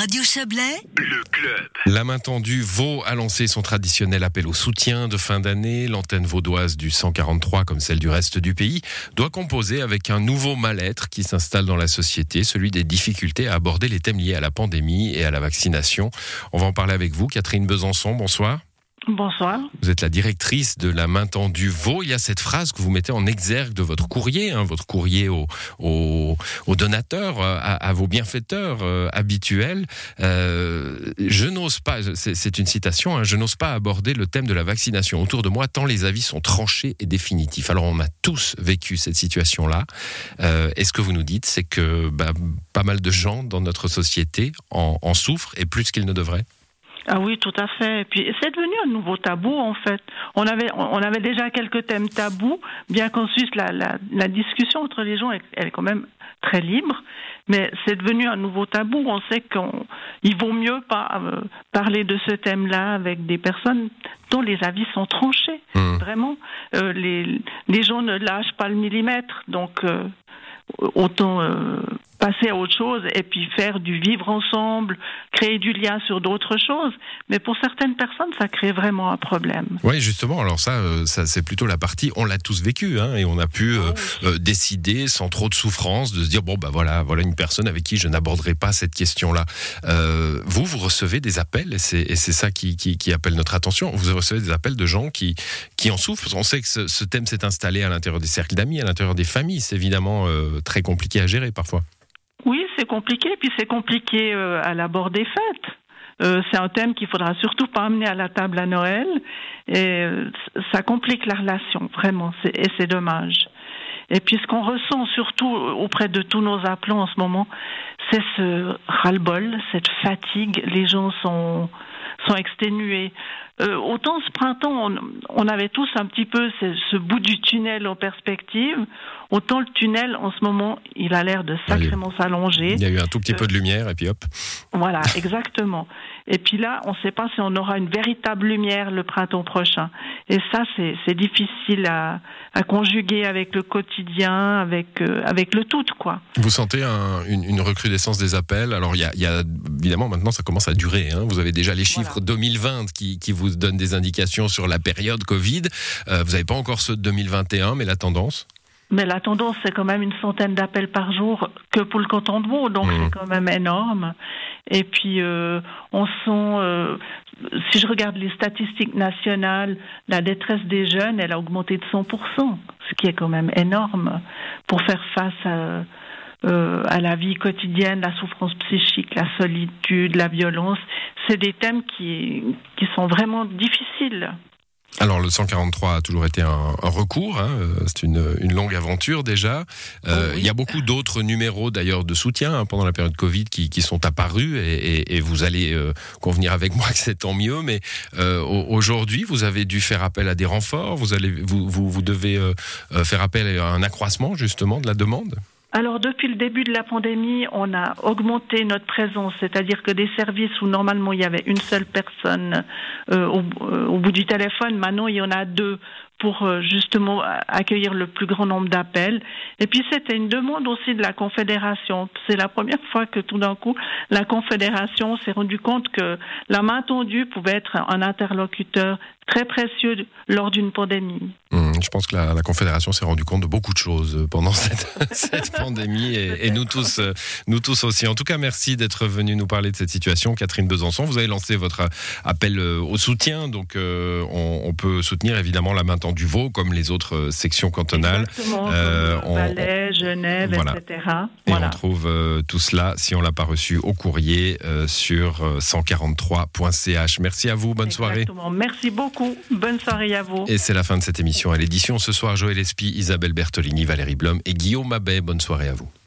Radio Chablais, le club. La main tendue, Vaud a lancé son traditionnel appel au soutien de fin d'année. L'antenne vaudoise du 143, comme celle du reste du pays, doit composer avec un nouveau mal-être qui s'installe dans la société, celui des difficultés à aborder les thèmes liés à la pandémie et à la vaccination. On va en parler avec vous, Catherine Besançon, bonsoir. Bonsoir. Vous êtes la directrice de la main tendue Vaud. Il y a cette phrase que vous mettez en exergue de votre courrier aux donateurs, à vos bienfaiteurs habituels. Je n'ose pas, c'est une citation, je n'ose pas aborder le thème de la vaccination autour de moi tant les avis sont tranchés et définitifs. Alors on a tous vécu cette situation-là. Et ce que vous nous dites, c'est que pas mal de gens dans notre société en souffrent et plus qu'ils ne devraient. Ah oui, tout à fait. Et puis c'est devenu un nouveau tabou en fait. On avait déjà quelques thèmes tabous, bien qu'en Suisse la discussion entre les gens elle est quand même très libre, mais c'est devenu un nouveau tabou. On sait qu'il vaut mieux pas parler de ce thème-là avec des personnes dont les avis sont tranchés. Vraiment, les gens ne lâchent pas le millimètre, donc autant passer à autre chose et puis faire du vivre ensemble, créer du lien sur d'autres choses. Mais pour certaines personnes, ça crée vraiment un problème. Oui, justement. Alors ça c'est plutôt la partie, on l'a tous vécu, et on a pu décider sans trop de souffrance de se dire voilà une personne avec qui je n'aborderai pas cette question-là. Vous recevez des appels et c'est ça qui appelle notre attention. Vous recevez des appels de gens qui en souffrent. On sait que ce thème s'est installé à l'intérieur des cercles d'amis, à l'intérieur des familles. C'est évidemment très compliqué à gérer parfois. Oui, c'est compliqué, puis c'est compliqué à l'abord des fêtes. C'est un thème qu'il faudra surtout pas amener à la table à Noël, et ça complique la relation, vraiment, et c'est dommage. Et puis ce qu'on ressent surtout auprès de tous nos appelants en ce moment, c'est ce ras-le-bol, cette fatigue. Les gens sont exténués. Autant ce printemps, on avait tous un petit peu ce bout du tunnel en perspective, autant le tunnel, en ce moment, il a l'air de sacrément s'allonger. Il y a eu un tout petit peu de lumière, et puis hop. Voilà, exactement. Et puis là, on ne sait pas si on aura une véritable lumière le printemps prochain. Et ça, c'est difficile à conjuguer avec le quotidien, avec le tout, quoi. Vous sentez une recrudescence des appels. Alors, il y a évidemment, maintenant, ça commence à durer. Vous avez déjà les chiffres 2020 qui vous donnent des indications sur la période Covid. Vous n'avez pas encore ceux de 2021, mais la tendance ? Mais la tendance, c'est quand même une centaine d'appels par jour que pour le canton de Vaud, donc c'est quand même énorme. Et puis, on sent, si je regarde les statistiques nationales, la détresse des jeunes, elle a augmenté de 100%, ce qui est quand même énorme pour faire face à la vie quotidienne, la souffrance psychique, la solitude, la violence. C'est des thèmes qui sont vraiment difficiles. Alors le 143 a toujours été un recours, c'est une longue aventure déjà. Oui. Il y a beaucoup d'autres numéros d'ailleurs de soutien pendant la période Covid qui sont apparus et vous allez convenir avec moi que c'est tant mieux. Mais aujourd'hui, vous avez dû faire appel à des renforts. Vous devez faire appel à un accroissement justement de la demande. Alors, depuis le début de la pandémie, on a augmenté notre présence, c'est-à-dire que des services où normalement il y avait une seule personne au bout du téléphone, maintenant il y en a deux pour justement accueillir le plus grand nombre d'appels. Et puis c'était une demande aussi de la Confédération. C'est la première fois que tout d'un coup, la Confédération s'est rendue compte que la main tendue pouvait être un interlocuteur très précieux lors d'une pandémie. Je pense que la Confédération s'est rendue compte de beaucoup de choses pendant cette pandémie et nous tous aussi. En tout cas, merci d'être venu nous parler de cette situation. Catherine Besançon, vous avez lancé votre appel au soutien, donc on peut soutenir évidemment la main tendue Vaud comme les autres sections cantonales. Exactement, Valais, Genève, voilà. Etc. Et on trouve tout cela, si on ne l'a pas reçu, au courrier sur 143.ch. Merci à vous, bonne soirée. Merci beaucoup, bonne soirée à vous. Et c'est la fin de cette émission. À l'édition ce soir, Joël Espy, Isabelle Bertolini, Valérie Blom et Guillaume Mabet. Bonne soirée à vous.